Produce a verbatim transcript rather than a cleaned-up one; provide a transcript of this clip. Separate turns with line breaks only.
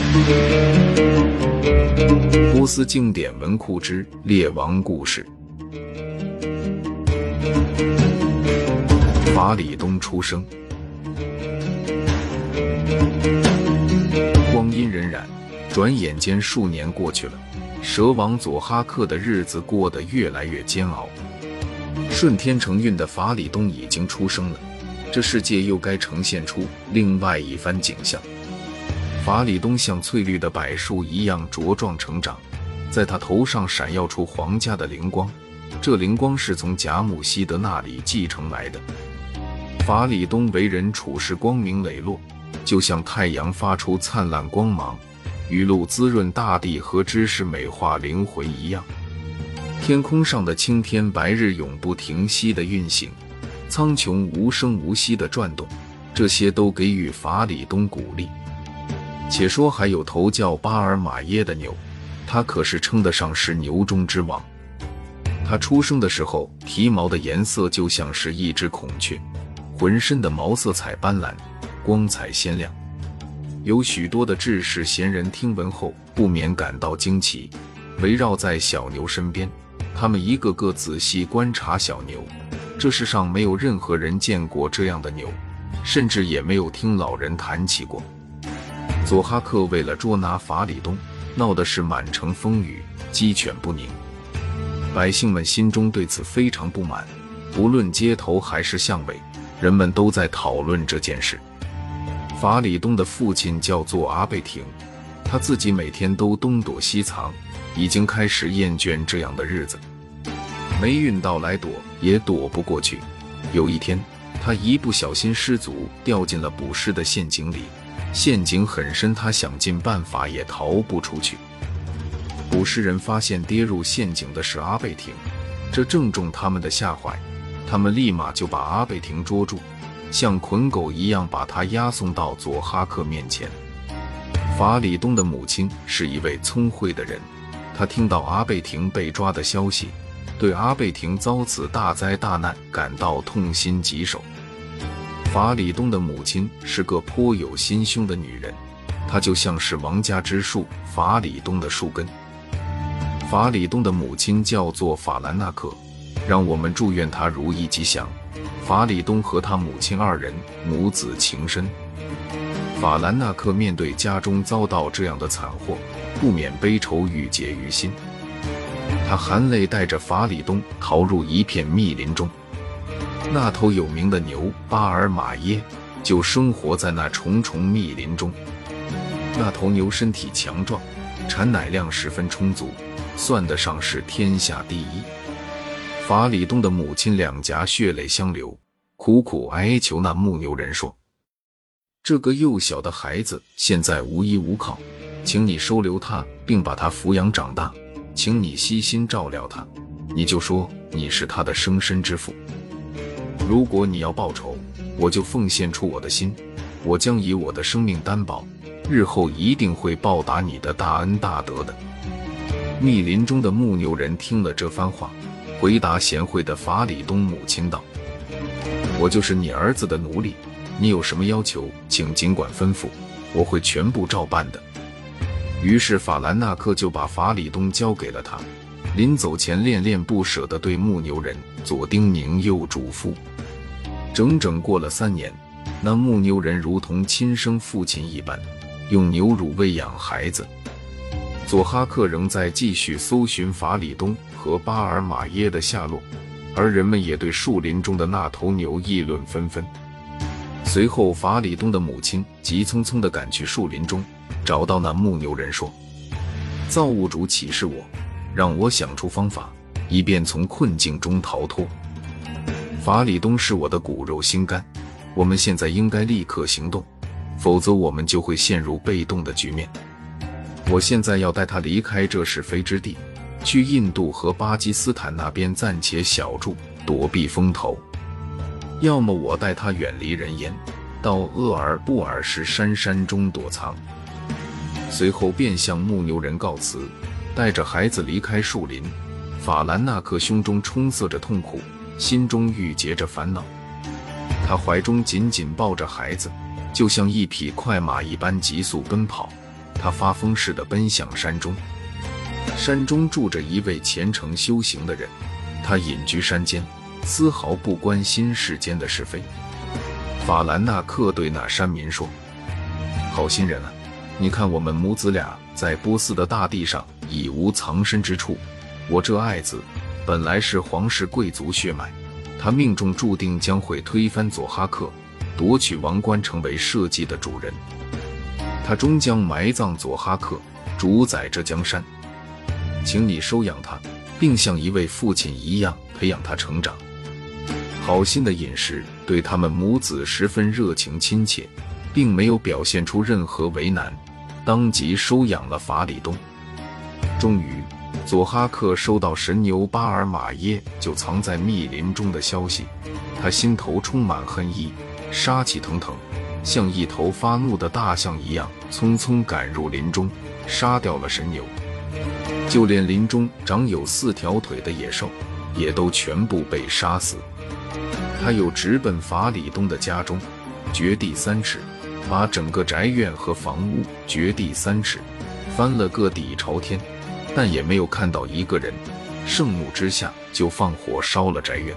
波斯经典文库之列王故事。法里东出生。光阴荏苒，转眼间数年过去了，蛇王佐哈克的日子过得越来越煎熬。顺天承运的法里东已经出生了，这世界又该呈现出另外一番景象。法里东像翠绿的柏树一样茁壮成长，在他头上闪耀出皇家的灵光，这灵光是从贾姆希德那里继承来的。法里东为人处事光明磊落，就像太阳发出灿烂光芒，雨露滋润大地和知识美化灵魂一样。天空上的青天白日永不停息的运行，苍穹无声无息的转动，这些都给予法里东鼓励。且说还有头叫巴尔马耶的牛，他可是称得上是牛中之王。他出生的时候，蹄毛的颜色就像是一只孔雀，浑身的毛色彩斑斓，光彩鲜亮。有许多的志士贤人听闻后不免感到惊奇，围绕在小牛身边，他们一个个仔细观察小牛。这世上没有任何人见过这样的牛，甚至也没有听老人谈起过。佐哈克为了捉拿法里东，闹的是满城风雨，鸡犬不宁。百姓们心中对此非常不满，不论街头还是巷尾，人们都在讨论这件事。法里东的父亲叫做阿贝廷，他自己每天都东躲西藏，已经开始厌倦这样的日子。霉运到来躲也躲不过去。有一天，他一不小心失足掉进了捕尸的陷阱里，陷阱很深，他想尽办法也逃不出去。捕尸人发现跌入陷阱的是阿贝廷，这正中他们的下怀，他们立马就把阿贝廷捉住，像捆狗一样把他押送到佐哈克面前。法里东的母亲是一位聪慧的人，她听到阿贝廷被抓的消息，对阿贝廷遭此大灾大难感到痛心疾首。法里东的母亲是个颇有心胸的女人，她就像是王家之树，法里东的树根。法里东的母亲叫做法兰纳克，让我们祝愿她如意吉祥。法里东和他母亲二人母子情深。法兰纳克面对家中遭到这样的惨祸，不免悲愁郁结于心。他含泪带着法里东逃入一片密林中，那头有名的牛巴尔马耶就生活在那重重密林中。那头牛身体强壮，产奶量十分充足，算得上是天下第一。法里东的母亲两颊血泪相流，苦苦哀求那牧牛人说：这个幼小的孩子现在无依无靠，请你收留他，并把他抚养长大，请你悉心照料他，你就说你是他的生身之父。如果你要报仇，我就奉献出我的心，我将以我的生命担保，日后一定会报答你的大恩大德的。密林中的牧牛人听了这番话，回答贤惠的法里东母亲道：我就是你儿子的奴隶，你有什么要求请尽管吩咐，我会全部照办的。于是法兰纳克就把法里东交给了他，临走前恋恋不舍地对牧牛人左叮咛右嘱咐。整整过了三年，那牧牛人如同亲生父亲一般，用牛乳喂养孩子。佐哈克仍在继续搜寻法里东和巴尔马耶的下落，而人们也对树林中的那头牛议论纷纷。随后法里东的母亲急匆匆地赶去树林中，找到那牧牛人说：造物主启示我，让我想出方法，以便从困境中逃脱。法里东是我的骨肉心肝，我们现在应该立刻行动，否则我们就会陷入被动的局面。我现在要带他离开这是非之地，去印度和巴基斯坦那边暂且小住，躲避风头。要么我带他远离人烟，到厄尔布尔什山山中躲藏。随后便向牧牛人告辞，带着孩子离开树林。法兰纳克胸中充塞着痛苦，心中郁结着烦恼。他怀中紧紧抱着孩子，就像一匹快马一般急速奔跑。 他发疯似的奔向山中。山中住着一位虔诚修行的人，他隐居山间，丝毫不关心世间的是非。法兰纳克对那山民说：好心人啊，你看我们母子俩在波斯的大地上已无藏身之处，我这爱子本来是皇室贵族血脉，他命中注定将会推翻佐哈克，夺取王冠，成为社稷的主人。他终将埋葬佐哈克，主宰这江山。请你收养他，并像一位父亲一样培养他成长。好心的饮食对他们母子十分热情亲切，并没有表现出任何为难，当即收养了法里东。终于，佐哈克收到神牛巴尔马耶就藏在密林中的消息，他心头充满恨意，杀气腾腾，像一头发怒的大象一样，匆匆赶入林中，杀掉了神牛。就连林中长有四条腿的野兽，也都全部被杀死。他又直奔法里东的家中，掘地三尺，把整个宅院和房屋掘地三尺，翻了个底朝天，但也没有看到一个人。盛怒之下，就放火烧了宅院。